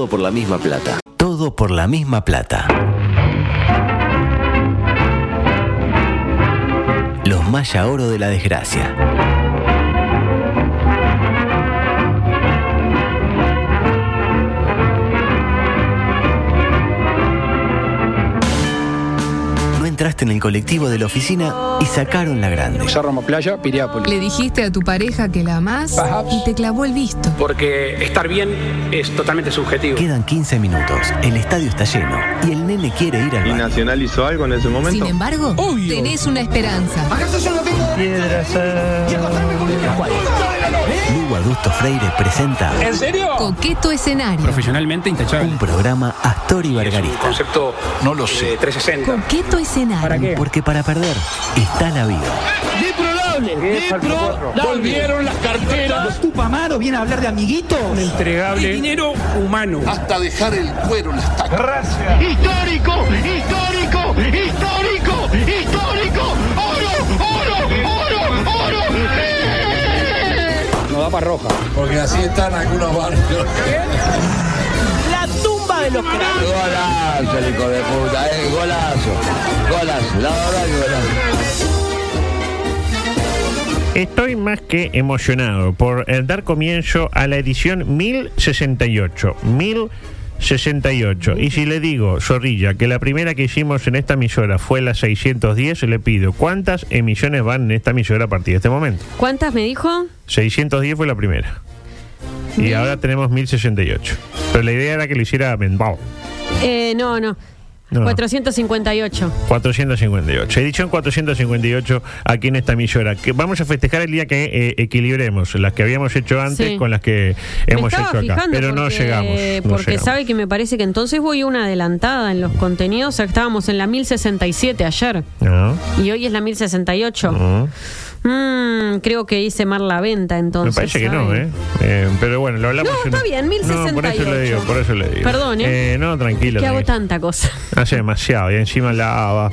Todo por la misma plata. Todo por la misma plata. Los Maya Oro de la Desgracia. Entraste en el colectivo de la oficina y sacaron la grande. Cerro Playa, Piriápolis. Le dijiste a tu pareja que la amás y te clavó el visto. Porque estar bien es totalmente subjetivo. Quedan 15 minutos, el estadio está lleno y el nene quiere ir al baño. ¿Y Nacional hizo algo en ese momento? Sin embargo, tenés una esperanza. Piedras. Lugo Augusto Freire presenta ¿En serio? Coqueto Escenario. Profesionalmente intachable. un programa Astor y Bargarista. Concepto, No lo sé. 360. Coqueto Escenario. ¿Para qué? Porque para perder está la vida. Volvieron las carteras. ¿Tu Pamaro viene a hablar de amiguitos? Entregable. Dinero humano. Hasta dejar el cuero en las tacas. ¡Histórico! ¡Histórico! ¡Histórico! ¡Histórico! ¡Oro! ¡Oro! ¡Oro! ¡Oro! Nos da para roja. Porque así están algunos barrios. La tumba de los cráneos. Golazo, hijo de puta, golazo. Golazo, la verdad que golazo. Estoy más que emocionado por dar comienzo a la edición 1068. 1068. Y si le digo, Zorrilla, que la primera que hicimos en esta emisora fue la 610, le pido, ¿cuántas emisiones van en esta emisora a partir de este momento? ¿Cuántas me dijo? 610 fue la primera. Y ahora tenemos 1068. Pero la idea era que lo hiciera Menbao. No. 458. 458. Edición 458 aquí en esta emisora. Que vamos a festejar el día que equilibremos las que habíamos hecho antes con las que hemos hecho acá. Pero no llegamos. Porque sabe que me parece que entonces voy una adelantada en los contenidos. O sea, estábamos en la 1067 ayer. No. Y hoy es la 1068. No. Creo que hice mal la venta entonces. Me parece que no, pero bueno, lo hablamos. No, está bien, 1068. No, por eso le digo. Perdón, no, tranquilo. Que hago tanta cosa. Hace demasiado, y encima lava.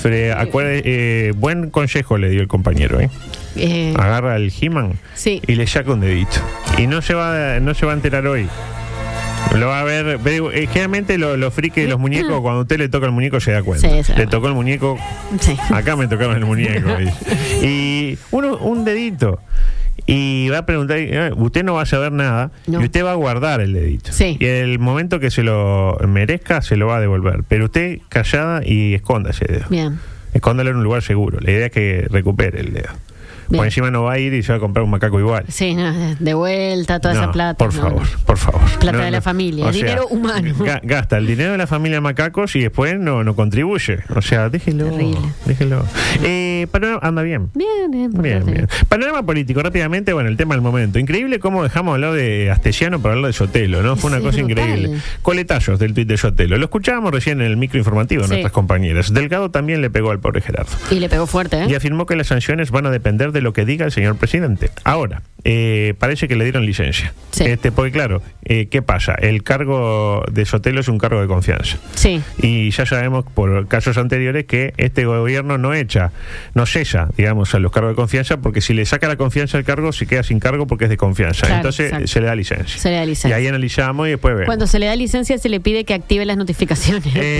Buen consejo le dio el compañero, agarra el He-Man y le saca un dedito. Y no se va a enterar hoy. Lo va a ver. Generalmente los frikis de los muñecos, cuando usted le toca el muñeco se da cuenta. Sí. Le tocó el muñeco. Sí. Acá me tocaron el muñeco. Y un dedito. Y va a preguntar, usted no va a saber nada, y usted va a guardar el dedito. Sí. Y el momento que se lo merezca, se lo va a devolver. Pero usted callada y esconda ese dedo. Bien. Escóndalo en un lugar seguro. La idea es que recupere el dedo. Bien. Por encima no va a ir y se va a comprar un macaco igual. Sí, de vuelta toda esa plata. Por favor. Plata de la familia, dinero humano. Gasta el dinero de la familia macacos y después no contribuye. O sea, déjelo. Panorama anda bien. Bien. Panorama político, rápidamente, bueno, el tema del momento. Increíble cómo dejamos hablar de Astesiano para hablar de Sotelo, ¿no? Fue una cosa increíble. Coletazos del tuit de Sotelo. Lo escuchábamos recién en el micro informativo de nuestras compañeras. Delgado también le pegó al pobre Gerardo. Y le pegó fuerte, Y afirmó que las sanciones van a depender de lo que diga el señor presidente. Ahora, parece que le dieron licencia. Sí. Porque claro, ¿qué pasa? El cargo de Sotelo es un cargo de confianza. Sí. Y ya sabemos por casos anteriores que este gobierno no cesa, digamos, a los cargos de confianza, porque si le saca la confianza al cargo, se queda sin cargo porque es de confianza. Claro, entonces exacto. se le da licencia. Y ahí analizamos y después vemos. Cuando se le da licencia se le pide que active las notificaciones.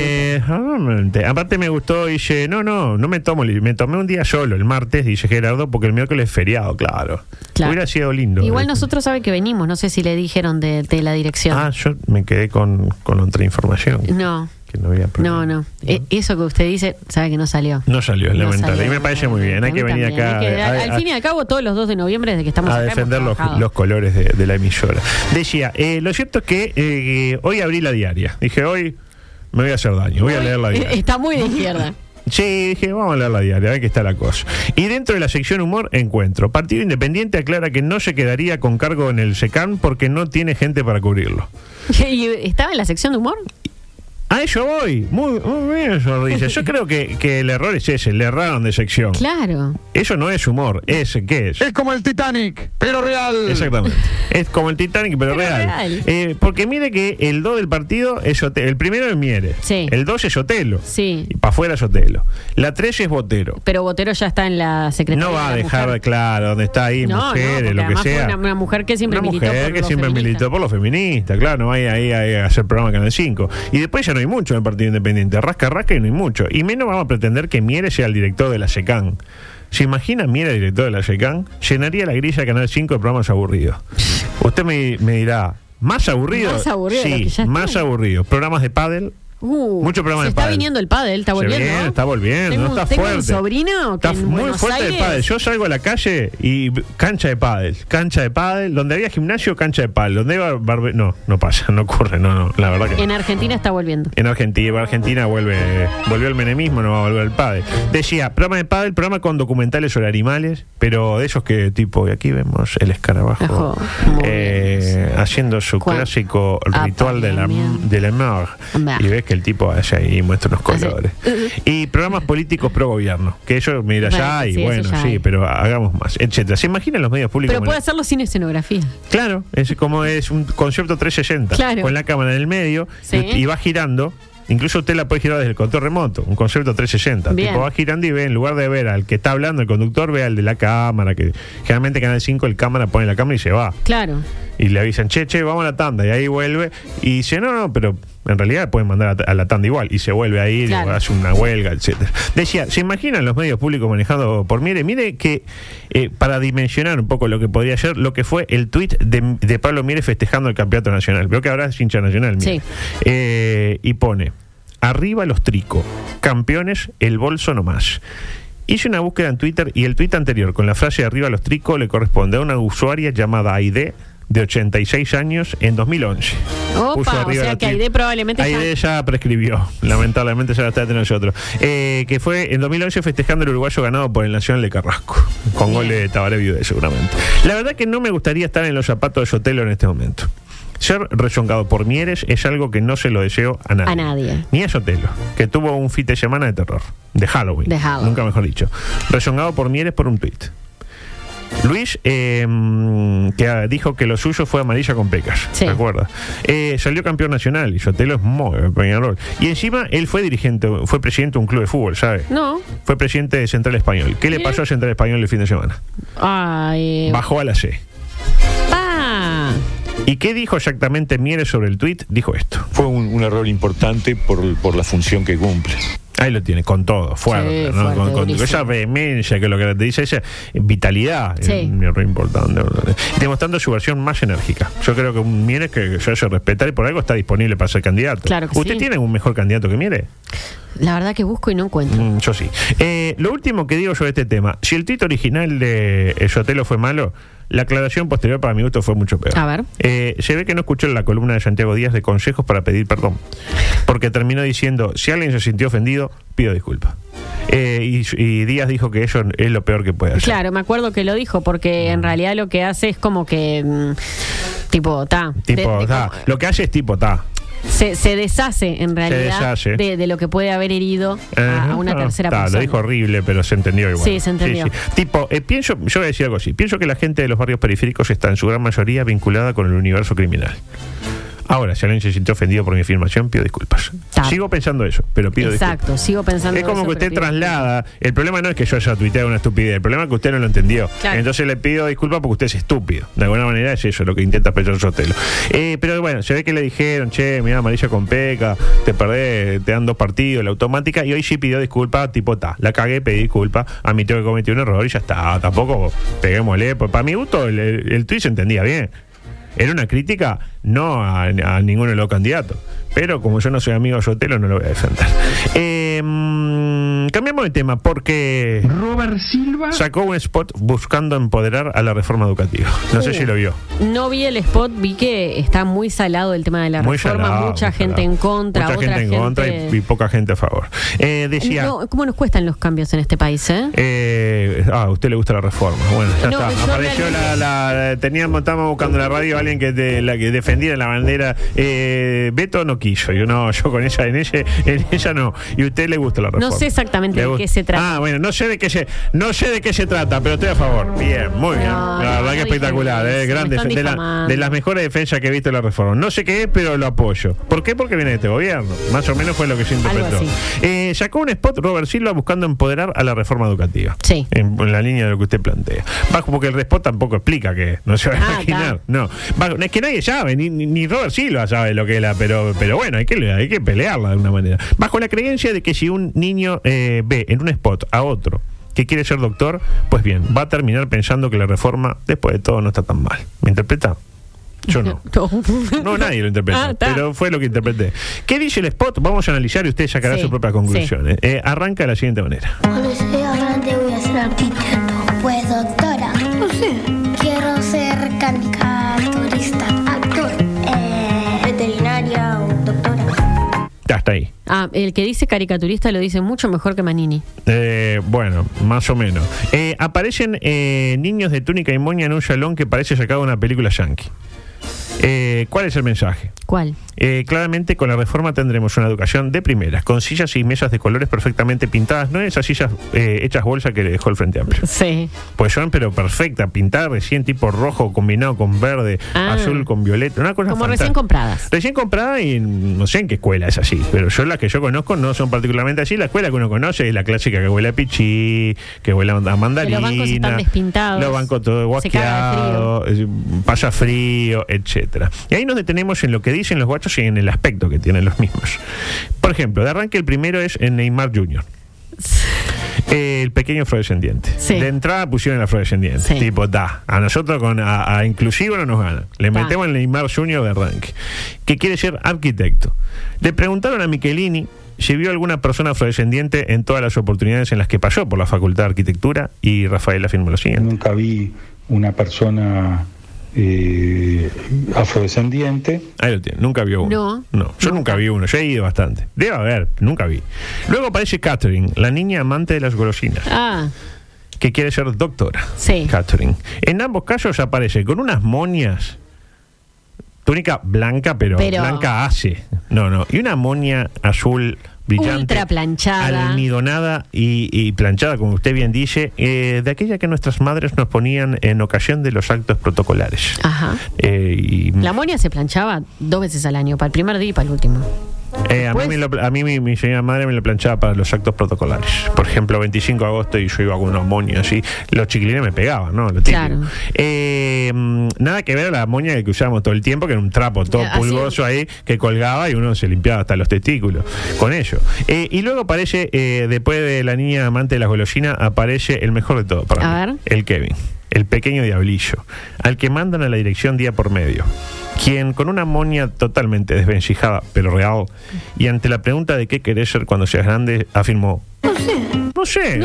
Aparte me gustó, dice, no me tomé un día solo, el martes, dice Gerardo, porque el miércoles es feriado, claro. Hubiera sido lindo. Igual nosotros sabe que venimos, no sé si le dijeron de la dirección. Yo me quedé con otra información. No. Que no había problema. No. Eso que usted dice, sabe que no salió. No salió, es lamentable. Y me parece muy bien. Hay que venir acá. Al fin y al cabo, todos los 2 de noviembre, desde que estamos a acá, defender los colores de la emisora. Decía, lo cierto es que hoy abrí la diaria. Dije, hoy me voy a hacer daño, voy a leer la diaria. Está muy de izquierda. Sí, dije, vamos a leer la diaria, a ver qué está la cosa. Y dentro de la sección humor encuentro: Partido Independiente aclara que no se quedaría con cargo en el SECAN porque no tiene gente para cubrirlo. ¿Y estaba en la sección de humor? A eso voy. Muy bien, Zorrilla. Yo creo que el error es ese, le erraron de sección. Claro. Eso no es humor, ¿qué es? Es como el Titanic, pero real. Exactamente. Es como el Titanic, pero real. Porque mire que el 2 del partido es Otelo. El primero es Mieres. Sí. El 2 es Otelo. Sí. Y para afuera es Otelo. La 3 es Botero. Pero Botero ya está en la secretaría. No va a de la dejar mujer. claro donde está ahí, mujeres, lo que sea. Fue una mujer que siempre militó por lo feminista, claro, no hay ahí a hacer programa Canal 5. Y después ya no hay mucho en el Partido Independiente, rasca y no hay mucho. Y menos vamos a pretender que Mieres sea el director de la SECAN. ¿Se imagina Mieres director de la SECAN? Llenaría la grilla de Canal 5 de programas aburridos. Usted me dirá, ¿más aburrido? Más aburrido sí, de lo que ya más está. aburrido. Programas de pádel. Mucho programa se de está pádel. viniendo el pádel, está volviendo. Está volviendo, Tengo está fuerte. un sobrino que está en muy Buenos fuerte Aires, el pádel. Yo salgo a la calle y cancha de pádel, donde había gimnasio, cancha de pádel, donde iba no pasa, no ocurre, no, la verdad que en Argentina está volviendo. en Argentina volvió el menemismo, no va a volver el pádel. Decía, programa de pádel, programa con documentales sobre animales, pero de esos que tipo, y aquí vemos el escarabajo haciendo su clásico ritual de la mort. Y ves que el tipo hace ahí y muestra unos colores. Y programas políticos pro gobierno, que eso, mira, ya hay, pero hagamos más, etcétera. ¿Se imaginan los medios públicos? Pero puede hacerlo sin escenografía. Claro, es un concepto 360, claro, con la cámara en el medio y va girando. Incluso usted la puede girar desde el control remoto, un concepto 360. Bien. Tipo va girando y ve, en lugar de ver al que está hablando, el conductor, ve al de la cámara, que generalmente Canal 5 el cámara pone la cámara y se va. Claro. Y le avisan, che, vamos a la tanda, y ahí vuelve, y dice, no, pero en realidad pueden mandar a la tanda igual, y se vuelve a ir, claro, hace una huelga, etcétera. Decía, ¿se imaginan los medios públicos manejando por Mieres? Mire que, para dimensionar un poco lo que podría ser, lo que fue el tuit de Pablo Mieres festejando el campeonato nacional. Veo que ahora es hincha nacional, Mieres. Sí. Y pone, arriba los Trico, campeones, el bolso nomás. Hice una búsqueda en Twitter y el tuit anterior con la frase arriba los Trico le corresponde a una usuaria llamada Aide, de 86 años, en 2011. Opa, o sea que Aide probablemente Aide ya prescribió, lamentablemente ya la está de nosotros. Que fue en 2011 festejando el uruguayo ganado por el Nacional de Carrasco, con gol de Tabaré Viude seguramente. La verdad que no me gustaría estar en los zapatos de Sotelo en este momento. Ser rezongado por Mieres es algo que no se lo deseo a nadie. Ni a Sotelo, que tuvo un fin de semana de terror, de Halloween. Nunca mejor dicho. Rezongado por Mieres por un tuit. Luis, que dijo que lo suyo fue amarilla con pecas, ¿te acuerdas? Salió campeón nacional y Sotelo es muy Peñarol. Y encima él fue presidente de un club de fútbol, ¿sabe? No. Fue presidente de Central Español. ¿Qué le pasó a Central Español el fin de semana? Bajó a la C. ¿Y qué dijo exactamente Mieres sobre el tuit? Dijo esto. Fue un error importante por la función que cumple. Ahí lo tiene, con todo, fuerte, ¿no? Con esa vehemencia que lo que te dice, esa vitalidad, un error importante, demostrando su versión más enérgica. Yo creo que un Mieres que se hace respetar y por algo está disponible para ser candidato. Claro que ¿Usted tiene un mejor candidato que Mieres? La verdad que busco y no encuentro. Yo sí. Lo último que digo sobre este tema, si el tuit original de Sotelo fue malo, la aclaración posterior para mi gusto fue mucho peor. A ver. Se ve que no escuchó la columna de Santiago Díaz de consejos para pedir perdón, porque terminó diciendo, si alguien se sintió ofendido, pido disculpas. Y Díaz dijo que eso es lo peor que puede hacer. Claro, me acuerdo que lo dijo, porque en realidad lo que hace es como que lo que hace es tipo se deshace en realidad de lo que puede haber herido a una tercera persona. Lo dijo horrible, pero se entendió igual. Sí, se entendió. Tipo, yo voy a decir algo así. Pienso que la gente de los barrios periféricos está en su gran mayoría vinculada con el universo criminal. Ahora, si alguien se sintió ofendido por mi afirmación, pido disculpas. Sigo pensando eso, pero pido disculpas. Exacto, sigo pensando eso. Es como eso, que usted traslada. El problema no es que yo haya tuiteado una estupidez, el problema es que usted no lo entendió. Claro. Entonces le pido disculpas porque usted es estúpido. De alguna manera es eso lo que intenta pensar Sotelo. Pero bueno, se ve que le dijeron, mirá, amarilla con peca, te perdés, te dan 2 partidos, la automática, y hoy sí pidió disculpas, la cagué, pedí disculpas, admitió que cometió un error y ya está. Tampoco peguémosle. Para mi gusto, el tuit se entendía bien. Era una crítica no a ninguno de los candidatos, pero como yo no soy amigo de Sotelo, no lo voy a defender. Cambiamos de tema porque Robert Silva sacó un spot buscando empoderar a la reforma educativa. No sé si lo vio. No vi el spot, vi que está muy salado el tema de la reforma, mucha gente en contra, mucha gente en contra y poca gente a favor. Decía, ¿cómo nos cuestan los cambios en este país? A usted le gusta la reforma. Bueno, ya está. Apareció estábamos buscando en la radio a alguien que defendía defendida la bandera. Beto no quiso. Yo con esa, en esa no. Y a usted le gusta la reforma. No sé exactamente de qué se trata. Bueno, no sé de qué se trata, pero estoy a favor. Bien, muy bien. La verdad que espectacular, grande, de las mejores defensas que he visto de la reforma. No sé qué es, pero lo apoyo. ¿Por qué? Porque viene de este gobierno. Más o menos fue lo que se interpretó. Sacó un spot Robert Silva buscando empoderar a la reforma educativa. Sí. En la línea de lo que usted plantea. Porque el spot tampoco explica qué, no se va a imaginar. No. Es que nadie sabe, ni Robert Silva sabe lo que era, pero bueno, hay que pelearla de una manera. Bajo la creencia de que si un niño ve en un spot a otro que quiere ser doctor, pues bien, va a terminar pensando que la reforma, después de todo, no está tan mal. ¿Me interpreta? Yo no. No, nadie lo interpreta, pero fue lo que interpreté. ¿Qué dice el spot? Vamos a analizar y usted sacará sus propias conclusiones. Arranca de la siguiente manera. Cuando sea grande voy a ser arquitecto. Pues doctora. No sé. Quiero ser caricaturista. Actor. Veterinaria o doctora. Ya está ahí. El que dice caricaturista lo dice mucho mejor que Manini. Bueno, más o menos. Aparecen niños de túnica y moña en un salón que parece sacado de una película yankee. ¿Cuál es el mensaje? ¿Cuál? Claramente con la reforma tendremos una educación de primeras, con sillas y mesas de colores perfectamente pintadas, no esas sillas hechas bolsa que le dejó el Frente Amplio. Sí. Pues son pero perfectas, pintadas recién tipo rojo combinado con verde, azul con violeta, una cosa como fantástica. recién compradas. Recién compradas y no sé en qué escuela es así, pero las que yo conozco no son particularmente así. La escuela que uno conoce es la clásica que huele a pichí, que huele a mandarina. Que los bancos están despintados. Los bancos todo guasqueados, pasa frío, etcétera. Y ahí nos detenemos en lo que dicen los guachos y en el aspecto que tienen los mismos. Por ejemplo, de arranque el primero es en Neymar Jr. El pequeño afrodescendiente. De entrada pusieron el afrodescendiente. Tipo, a nosotros a inclusivo no nos ganan. Le metemos el Neymar Jr. de arranque. Que quiere ser arquitecto. Le preguntaron a Michelini si vio alguna persona afrodescendiente en todas las oportunidades en las que pasó por la Facultad de Arquitectura, y Rafael afirmó lo siguiente. Nunca vi una persona afrodescendiente. Ahí lo tiene, nunca vio uno. No, yo nunca vi uno, yo he ido bastante. Debe haber, nunca vi. Luego aparece Catherine, la niña amante de las golosinas. Que quiere ser doctora. Catherine. En ambos casos aparece con unas moñas, túnica blanca, pero blanca hace. Y una moña azul brillante, ultra planchada, almidonada y planchada, como usted bien dice, de aquella que nuestras madres nos ponían en ocasión de los actos protocolares. La moña se planchaba 2 veces al año, para el primer día y para el último. A mí mi señora madre me lo planchaba para los actos protocolares. Por ejemplo, 25 de agosto y yo iba con unos moños así. Los chiquilines me pegaban, ¿no? Lo típico. Nada que ver a la moña que usábamos todo el tiempo, que era un trapo todo pulgoso ahí que colgaba y uno se limpiaba hasta los testículos con ello. Y luego aparece, después de la niña amante de las golosinas, aparece el mejor de todo para mí, el Kevin, el pequeño diablillo, al que mandan a la dirección día por medio, quien con una moña totalmente desvencijada, pero real, y ante la pregunta de qué querés ser cuando seas grande, afirmó: No sé,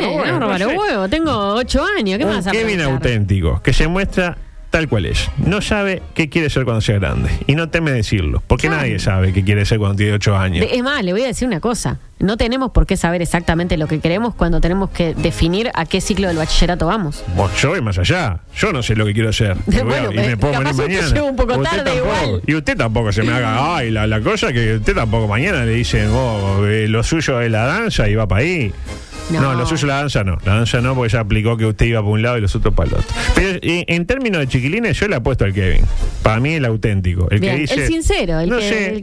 tengo 8 años, ¿qué más? Un Kevin auténtico, que se muestra tal cual es. No sabe qué quiere ser cuando sea grande y no teme decirlo, porque nadie sabe qué quiere ser cuando tiene 8 años. Es más, le voy a decir una cosa: no tenemos por qué saber exactamente lo que queremos cuando tenemos que definir a qué ciclo del bachillerato vamos. Yo voy más allá. Yo no sé lo que quiero hacer. Y me puedo morir mañana. Llego un poco tarde igual. Y usted tampoco se me haga la cosa que usted tampoco mañana le dicen lo suyo es la danza y va para ahí. No, lo suyo la danza no. La danza no, porque ya aplicó que usted iba para un lado y los otros para el otro. Pero en términos de chiquilines, yo le apuesto al Kevin. Para mí el auténtico. El que dice. El sincero. No sé,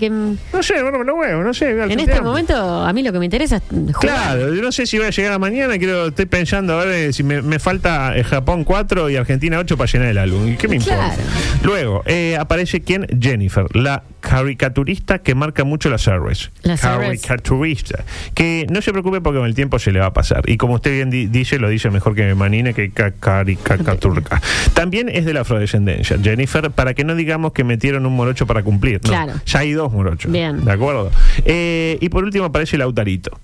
no sé. En este momento, a mí lo que me interesa es jugar. Claro, yo no sé si voy a llegar a mañana. Estoy pensando a ver si me falta Japón 4 y Argentina 8 para llenar el álbum. ¿Y qué me importa? Luego, aparece ¿quién? Jennifer, la caricaturista que marca mucho las R's. Caricaturista. Que no se preocupe porque con el tiempo se le va a pasar. Y como usted bien dice, lo dice mejor que Manine, que caricaturca. También es de la afrodescendencia, Jennifer, para que no digamos que metieron un morocho para cumplir. No, claro. Ya hay 2 morochos. Bien. ¿De acuerdo? Y por último aparece Lautarito.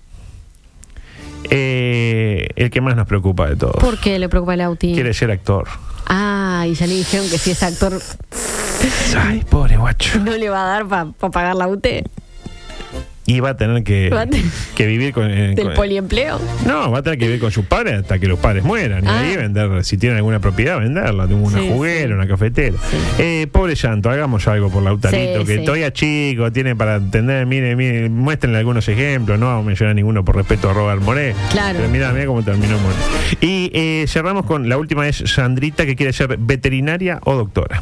El que más nos preocupa de todos. ¿Por qué le preocupa el Lauti? Quiere ser actor. Y ya le dijeron que si es actor. Ay, pobre guacho. No le va a dar para pagar la UT. Y va a tener que vivir con... ¿Del poliempleo? No, va a tener que vivir con sus padres hasta que los padres mueran. Y ahí vender, si tienen alguna propiedad, venderla. Tengo una juguera, una cafetera. Sí. Pobre santo, hagamos algo por Lautarito, que todavía chico, tiene para entender. Mire, muéstrenle algunos ejemplos. No vamos a mencionar ninguno por respeto a Robert Moré. Claro. Pero mira cómo terminó Moré. Y cerramos con la última, es Sandrita, que quiere ser veterinaria o doctora.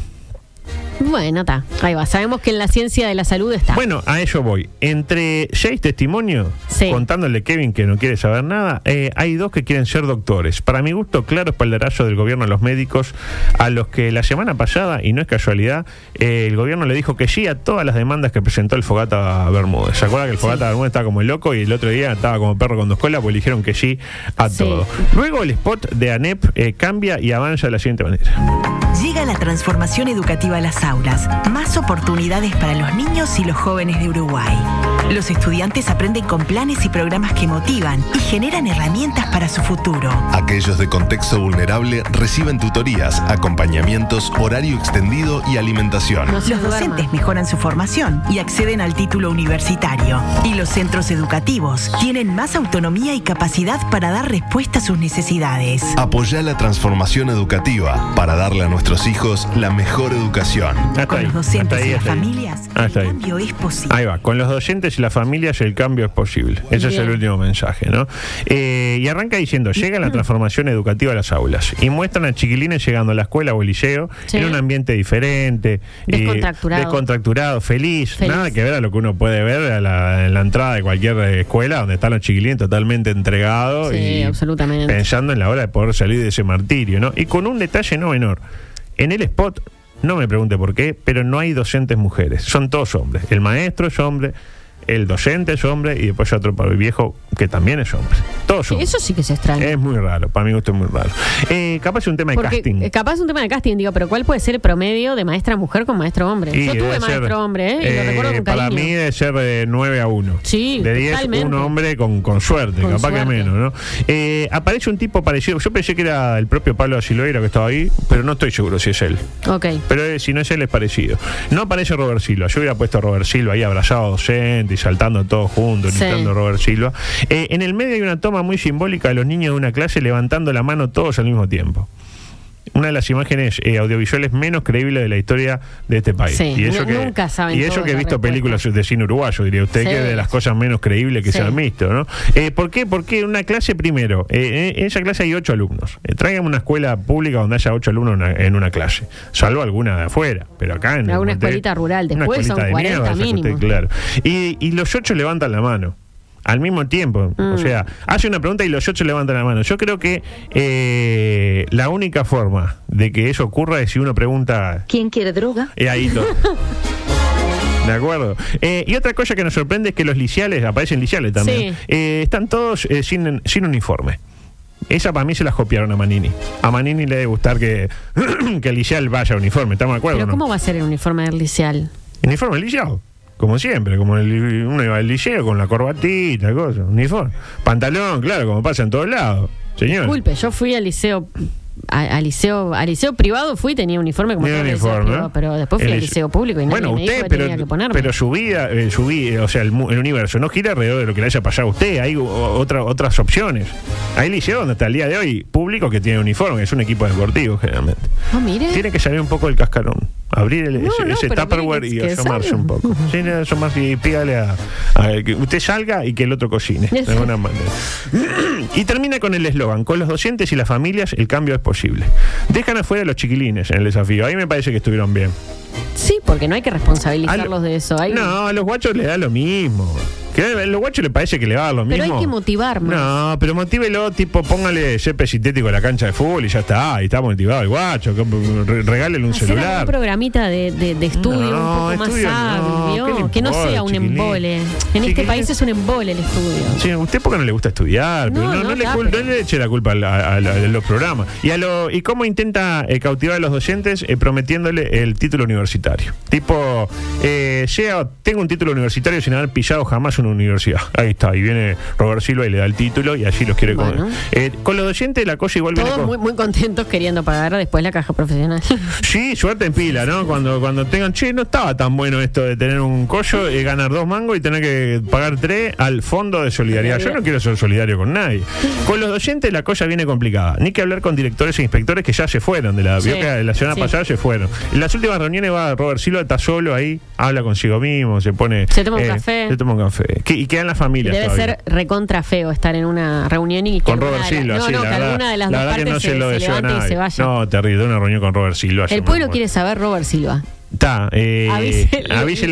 Bueno, está. Ahí va. Sabemos que en la ciencia de la salud está. Bueno, a ello voy. Entre 6 testimonios, contándole Kevin que no quiere saber nada, hay 2 que quieren ser doctores. Para mi gusto, claro espaldarazo del gobierno a los médicos, a los que la semana pasada, y no es casualidad, el gobierno le dijo que sí a todas las demandas que presentó el Fogata Bermúdez. ¿Se acuerda que el Fogata Bermúdez estaba como el loco y el otro día estaba como perro con 2 colas? Pues le dijeron que sí a todo. Luego el spot de ANEP cambia y avanza de la siguiente manera. Llega la transformación educativa a las aulas, más oportunidades para los niños y los jóvenes de Uruguay. Los estudiantes aprenden con planes y programas que motivan y generan herramientas para su futuro. Aquellos de contexto vulnerable reciben tutorías, acompañamientos, horario extendido y alimentación. Los docentes mejoran su formación y acceden al título universitario. Y los centros educativos tienen más autonomía y capacidad para dar respuesta a sus necesidades. Apoya la transformación educativa para darle a nuestros hijos la mejor educación. Con los docentes y las familias, el cambio es posible. Ahí va, con los docentes y las familias el cambio es posible. Ese es el último mensaje, ¿no? Y arranca diciendo, llega la transformación educativa a las aulas y muestran a chiquilines llegando a la escuela o el liceo en un ambiente diferente, descontracturado, feliz, nada que ver a lo que uno puede ver en la entrada de cualquier escuela, donde están los chiquilines totalmente entregados y absolutamente pensando en la hora de poder salir de ese martirio, ¿no? Y con un detalle no menor, en el spot, no me pregunte por qué, pero no hay docentes mujeres, son todos hombres. El maestro es hombre, el docente es hombre y después otro para el viejo que también es hombre. Todos hombres. Eso sí que se extraña. Es muy raro, para mí gusto es muy raro. Capaz es un tema de casting. Capaz es un tema de casting, digo, pero ¿cuál puede ser el promedio de maestra mujer con maestro hombre? Yo tuve maestro hombre, y lo recuerdo con cariño. Para mí debe ser de 9-1. Sí, de 10, un hombre con suerte, capaz que menos, ¿no? Aparece un tipo parecido, yo pensé que era el propio Pablo Siloeira que estaba ahí, pero no estoy seguro si es él. Ok. Pero si no es él, es parecido. No aparece Robert Silva, yo hubiera puesto a Robert Silva ahí abrazado a docente y saltando todos juntos, gritando Robert Silva. En el medio hay una toma muy simbólica de los niños de una clase levantando la mano todos al mismo tiempo. Una de las imágenes audiovisuales menos creíbles de la historia de este país. Sí, y eso nunca saben. Y eso que he visto películas de cine uruguayo, diría usted, que es de las cosas menos creíbles que se han visto, ¿no? ¿Por qué? Porque una clase primero, en esa clase hay 8 alumnos. Traigan una escuela pública donde haya 8 alumnos en una clase, salvo alguna de afuera, pero acá en una escuelita rural, después son 40 mínimo. Claro. Y los 8 levantan la mano al mismo tiempo, o sea, hace una pregunta y los 8 levantan la mano. Yo creo que la única forma de que eso ocurra es si uno pregunta ¿quién quiere droga? Ahí todo. ¿De acuerdo? Y otra cosa que nos sorprende es que los liceales, aparecen liceales también, están todos sin uniforme. Esa para mí se las copiaron a Manini. A Manini le debe gustar que el liceal vaya a uniforme, ¿estamos de acuerdo? ¿Pero cómo va a ser el uniforme del liceal? ¿Uniforme del liceal? Como siempre, como uno iba al liceo con la corbatita, cosa, uniforme. Pantalón, claro, como pasa en todos lados. Señor. Disculpe, yo fui al liceo. Al liceo privado fui, tenía uniforme como todo el liceo privado, pero después fui al liceo público y nadie me dijo que tenía que ponerme. Pero su vida, o sea, el universo no gira alrededor de lo que le haya pasado a usted, hay otras opciones. Hay liceo donde hasta el día de hoy público que tiene uniforme, es un equipo deportivo generalmente. Mire. Tiene que salir un poco del cascarón, abrir ese Tupperware y asomarse un poco. Sí, asomarse y pídale a que usted salga y que el otro cocine, de alguna manera. Y termina con el eslogan: con los docentes y las familias el cambio es posible. Dejan afuera a los chiquilines en el desafío. Ahí me parece que estuvieron bien. Sí, porque no hay que responsabilizarlos de eso. No, a los guachos les da lo mismo. Que a los guachos les parece que le va a dar lo mismo. Pero hay que motivar más. No, pero motívelo, tipo, póngale césped sintético a la cancha de fútbol y ya está. Ahí está motivado el guacho. Regálele un celular. Un programita de estudio un poco más sabio. Que no sea un embole. En este país es un embole el estudio. Sí, usted porque no le gusta estudiar. Pero no le eche la culpa a los programas. Y cómo intenta cautivar a los docentes prometiéndole el título universitario. Tipo, tengo un título universitario sin haber pillado jamás un una universidad. Ahí está, y viene Robert Silva y le da el título y allí los quiere comer. Con los docentes la cosa igual todos viene muy contentos queriendo pagar después la caja profesional. Sí, suerte en pila, ¿no? Cuando tengan, no estaba tan bueno esto de tener un collo, ganar 2 mangos y tener que pagar 3 al fondo de solidaridad. Yo no quiero ser solidario con nadie. Con los docentes la cosa viene complicada. Ni que hablar con directores e inspectores que ya se fueron de la la semana pasada se fueron. En las últimas reuniones va Robert Silva, está solo ahí, habla consigo mismo, se toma un café. Y quedan las familias. Debe ser recontra feo estar en una reunión y con Robert Silva, que alguna de las dos partes no se levante y se vaya. No, terrible, una reunión con Robert Silva. El pueblo quiere saber Robert Silva. Está, avísele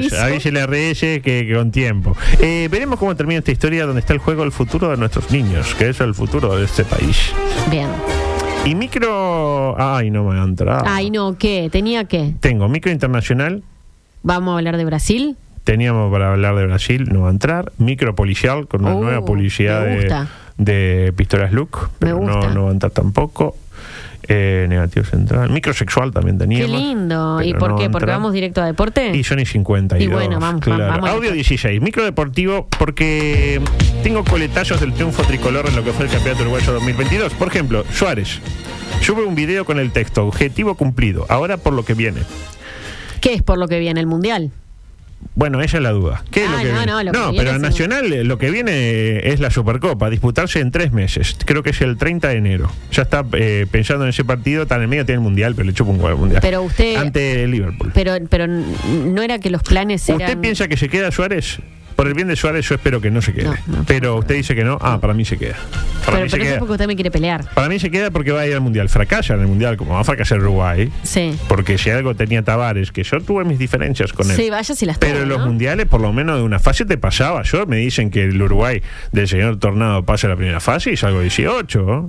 a Reyes que con tiempo. Veremos cómo termina esta historia donde está el juego del futuro de nuestros niños, que es el futuro de este país. Bien. Y micro... Ay, no me ha entrado. Ay, no, ¿qué? ¿Tenía qué? Tengo micro internacional. ¿Vamos a hablar de Brasil? Teníamos para hablar de Brasil, no va a entrar. Micro policial, con una nueva publicidad de Pistolas Luke, pero no va a entrar tampoco. Negativo central. Microsexual también teníamos. Qué lindo. ¿Y por qué? ¿Porque vamos directo a deporte? Y Sony 52. Y bueno, vamos. Audio 16. Micro deportivo, porque tengo coletazos del triunfo tricolor en lo que fue el Campeonato Uruguayo 2022. Por ejemplo, Suárez sube un video con el texto: objetivo cumplido. Ahora por lo que viene. ¿Qué es por lo que viene? ¿El Mundial? Bueno, esa es la duda. ¿Qué es lo que viene? No, pero en Nacional lo que viene es la Supercopa, disputarse en 3 meses. Creo que es el 30 de enero. Ya está pensando en ese partido, está en el medio, tiene el Mundial, pero le chupa un huevo el Mundial. Pero usted... Ante Liverpool. Pero no era que los planes eran... ¿Usted piensa que se queda Suárez? Por el bien de Suárez yo espero que no se quede. Pero usted dice que no. Para mí se queda. Pero eso es porque usted me quiere pelear. Para mí se queda porque va a ir al Mundial. Fracasa en el Mundial, como va a fracasar Uruguay. Sí. Porque si algo tenía Tavares, que yo tuve mis diferencias con él. Sí, vaya si las tuvo, pero en los mundiales, por lo menos de una fase te pasaba. Me dicen que el Uruguay del señor Tornado pasa la primera fase y salgo 18.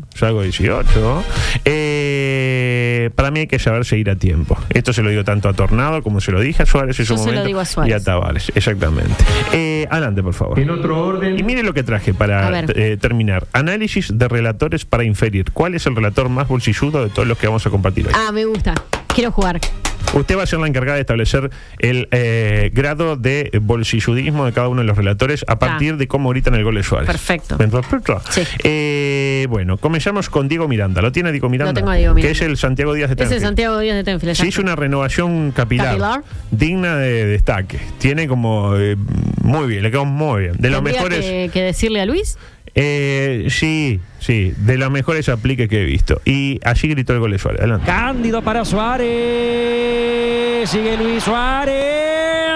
Para mí hay que saber seguir a tiempo. Esto se lo digo tanto a Tornado como se lo dije a Suárez en su momento. Se lo digo a Suárez. Y a Tavares, exactamente. Adelante, por favor. En otro orden. Y mire lo que traje para terminar. Análisis de relatores para inferir. ¿Cuál es el relator más bolsilludo de todos los que vamos a compartir hoy? Me gusta. Quiero jugar. Usted va a ser la encargada de establecer el grado de bolsilludismo de cada uno de los relatores a partir de cómo gritan el gol de Suárez. Perfecto. Sí. Bueno, comenzamos con Diego Miranda. ¿Lo tiene Diego Miranda? Lo tengo a Diego Miranda. Que es el Santiago Díaz de Tenfield. Es el Santiago Díaz de Tenfield. Se hizo una renovación capilar digna de destaque. Tiene como... muy bien, le quedó muy bien. De los mejores... que decirle a Luis? Sí, de los mejores apliques que he visto. Y allí gritó el gol de Suárez. Adelante. Cándido para Suárez. Sigue Luis Suárez.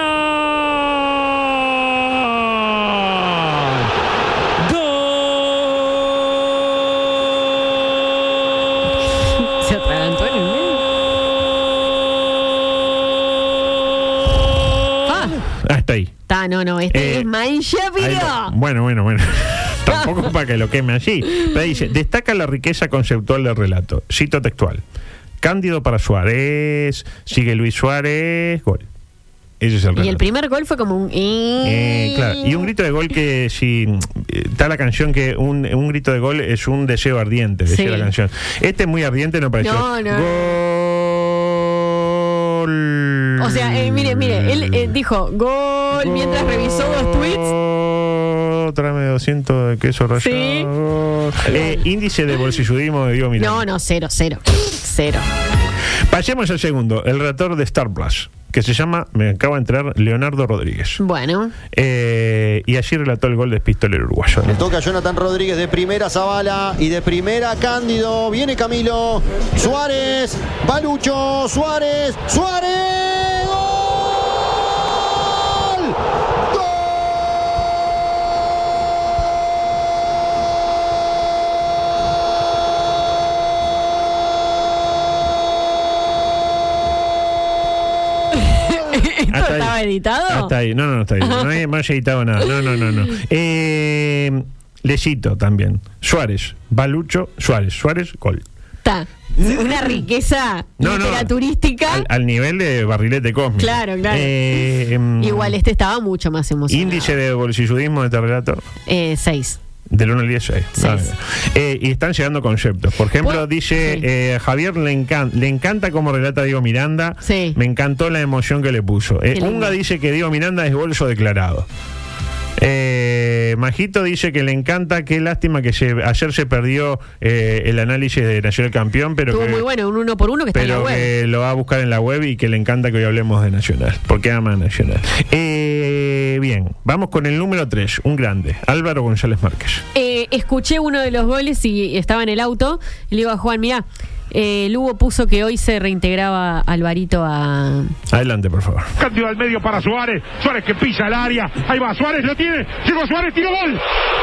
¡Gol! Se atragantó en el medio. Hasta ahí. No, es Mancha, pero... Bueno. Tampoco para que lo queme así. Pero dice, destaca la riqueza conceptual del relato. Cito textual. Cándido para Suárez, sigue Luis Suárez, gol. Ese es el relato. Y el primer gol fue como un... claro, y un grito de gol que si... Está la canción que un grito de gol es un deseo ardiente, decía la canción. Este es muy ardiente, no pareció. No. Gol. O sea, mire, él dijo gol mientras revisó 2 tweets. Tráeme 200 de queso rallado. Índice de bolsilludismo de Diego Miranda. No, 0. Pasemos al segundo, el relator de Star Plus, que se llama, me acaba de entrar, Leonardo Rodríguez. Bueno. Y allí relató el gol de Pistolero uruguayo. Le toca a Jonathan Rodríguez, de primera Zavala y de primera Cándido. Viene Camilo. Suárez, Balucho, Suárez. ¡Gol! ¿Esto estaba editado? Hasta ahí. No está editado. No hay más editado nada. No. Le cito también. Suárez, Balucho, Suárez, gol. Está. Una riqueza literaturística. Al nivel de barrilete cósmico. Claro. Igual estaba mucho más emocionado. Índice de bolsilludismo de este relato. 6. Del 1 al 10, 6. Y están llegando conceptos. Por ejemplo, dice Javier le encanta cómo relata Diego Miranda. Me encantó la emoción que le puso. Unga dice que Diego Miranda es bolso declarado. Majito dice que le encanta, qué lástima que ayer se perdió el análisis de Nacional Campeón, pero estuvo muy bueno, un 1 por 1 que está en la web. Pero que lo va a buscar en la web y que le encanta que hoy hablemos de Nacional, porque ama a Nacional. Bien, vamos con el número 3, un grande, Álvaro González Márquez. Escuché uno de los goles y estaba en el auto y le digo a Juan, mirá, Lugo puso que hoy se reintegraba Alvarito a... Adelante, por favor. Cambio al medio para Suárez. Suárez que pisa el área. Ahí va, Suárez lo tiene. Llegó Suárez, tiró gol.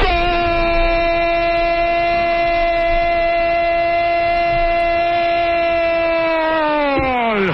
¡Gol!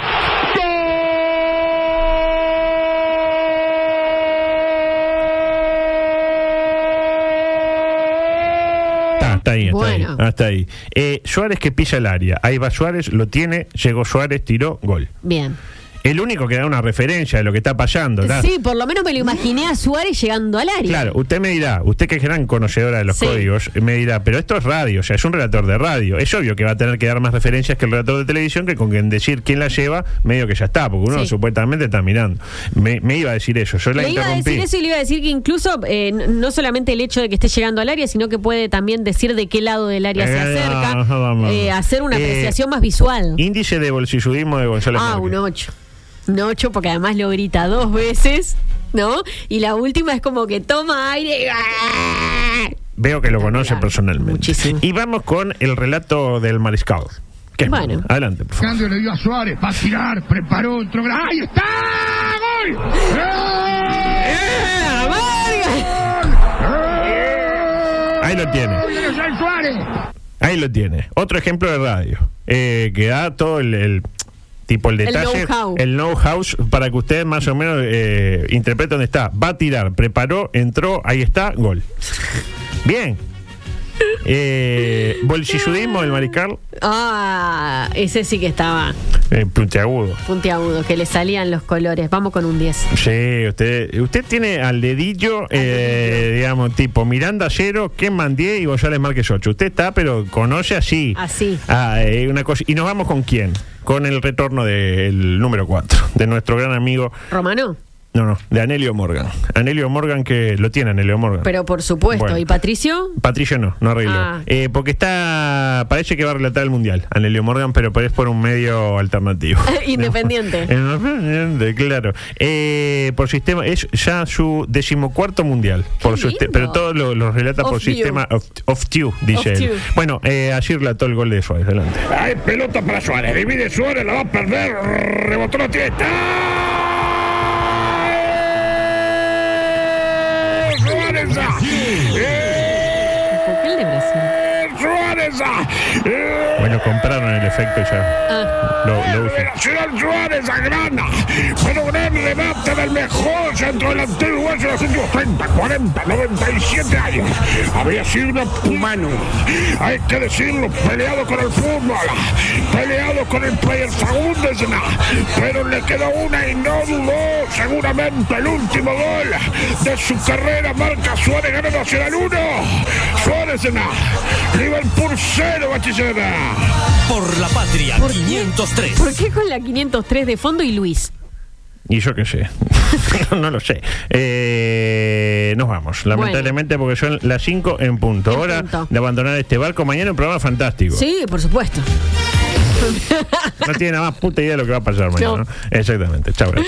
Hasta ahí. Suárez que pisa el área. Ahí va Suárez, lo tiene, llegó Suárez, tiró, gol. Bien. El único que da una referencia de lo que está pasando. Sí, por lo menos me lo imaginé a Suárez llegando al área. Claro, usted me dirá, usted que es gran conocedora de los códigos, me dirá, pero esto es radio, o sea, es un relator de radio. Es obvio que va a tener que dar más referencias que el relator de televisión, que con decir quién la lleva, medio que ya está, porque uno supuestamente está mirando. Me iba a decir eso, yo la interrumpí. Le iba a decir eso y le iba a decir que incluso, no solamente el hecho de que esté llegando al área, sino que puede también decir de qué lado del área se acerca, hacer una apreciación más visual. Índice de bolsilludismo de González Márquez. Un 8. Un 8 porque además lo grita 2 veces, ¿no? Y la última es como que toma aire. Veo que lo conoce personalmente. Muchísimo. Y vamos con el relato del mariscal. Bueno. Adelante, por favor. Cambio le dio a Suárez, va a tirar, preparó, entró. ¡Ahí está! ¡Gol! Ahí lo tiene. Ahí lo tiene. Otro ejemplo de radio. Que da todo el tipo el detalle, el know-how para que usted más o menos interprete dónde está. Va a tirar, preparó, entró, ahí está, gol. Bien. Bolsilludismo del mariscal. Ese sí que estaba puntiagudo, que le salían los colores. Vamos con un 10. Sí, usted tiene al dedillo, digamos, tipo Miranda 0, Kenman 10 y González Márquez 8. Usted está, pero conoce así. Una cosa. Y nos vamos con quién, con el retorno del número 4 de nuestro gran amigo Romano. No, de Anelio Morgan. Anelio Morgan, que lo tiene Anelio Morgan. Pero por supuesto. Bueno. ¿Y Patricio? Patricio no arregló. Porque parece que va a relatar el Mundial, Anelio Morgan, pero es por un medio alternativo. Independiente. Independiente, claro. Por sistema, es ya su 14º Mundial. Pero todos los relata por sistema of two, dice él. Bueno, allí relató el gol de Suárez. Adelante. Hay pelota para Suárez. Divide Suárez, la va a perder. Rebotó la tiesta. ¿Por qué el de Brasil? Bueno, compraron el efecto ya. Lo usan. Nacional Suárez agrana, pero gran remate del mejor centro delantero uruguayo de los últimos 30, 40, 97 años. Había sido humano, hay que decirlo, peleado con el fútbol, peleado con el player Faúndez, pero le quedó una y no dudó. Seguramente el último gol de su carrera. Marca Suárez, gana Nacional 1. Suárez, Liverpool 0, Bachillera. Por la patria, 503. ¿Por qué con la 503 de fondo y Luis? Y yo qué sé. No lo sé. Nos vamos, lamentablemente, porque son las 5 en punto. Hora de abandonar este barco. Mañana un programa fantástico. Sí, por supuesto. No tiene nada más puta idea de lo que va a pasar mañana, ¿no? Exactamente. Chao, gracias.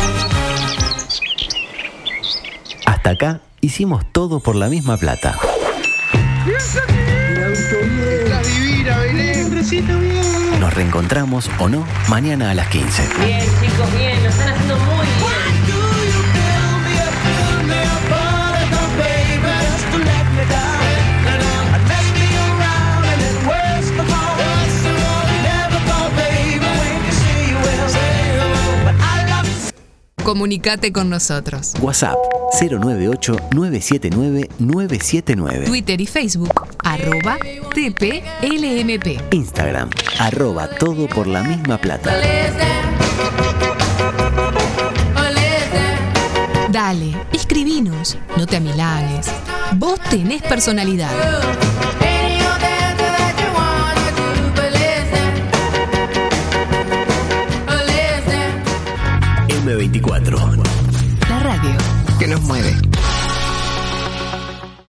Hasta acá hicimos todo por la misma plata. La divina, Belén. Nos reencontramos o no mañana a las 15. Bien, chicos, bien. Lo están haciendo muy bien. Comunicate con nosotros. WhatsApp 098-979-979. Twitter y Facebook @TPLMP. Instagram @todo por la misma plata. Dale, escribinos, no te amilanes. Vos tenés personalidad. M24. La radio que nos mueve.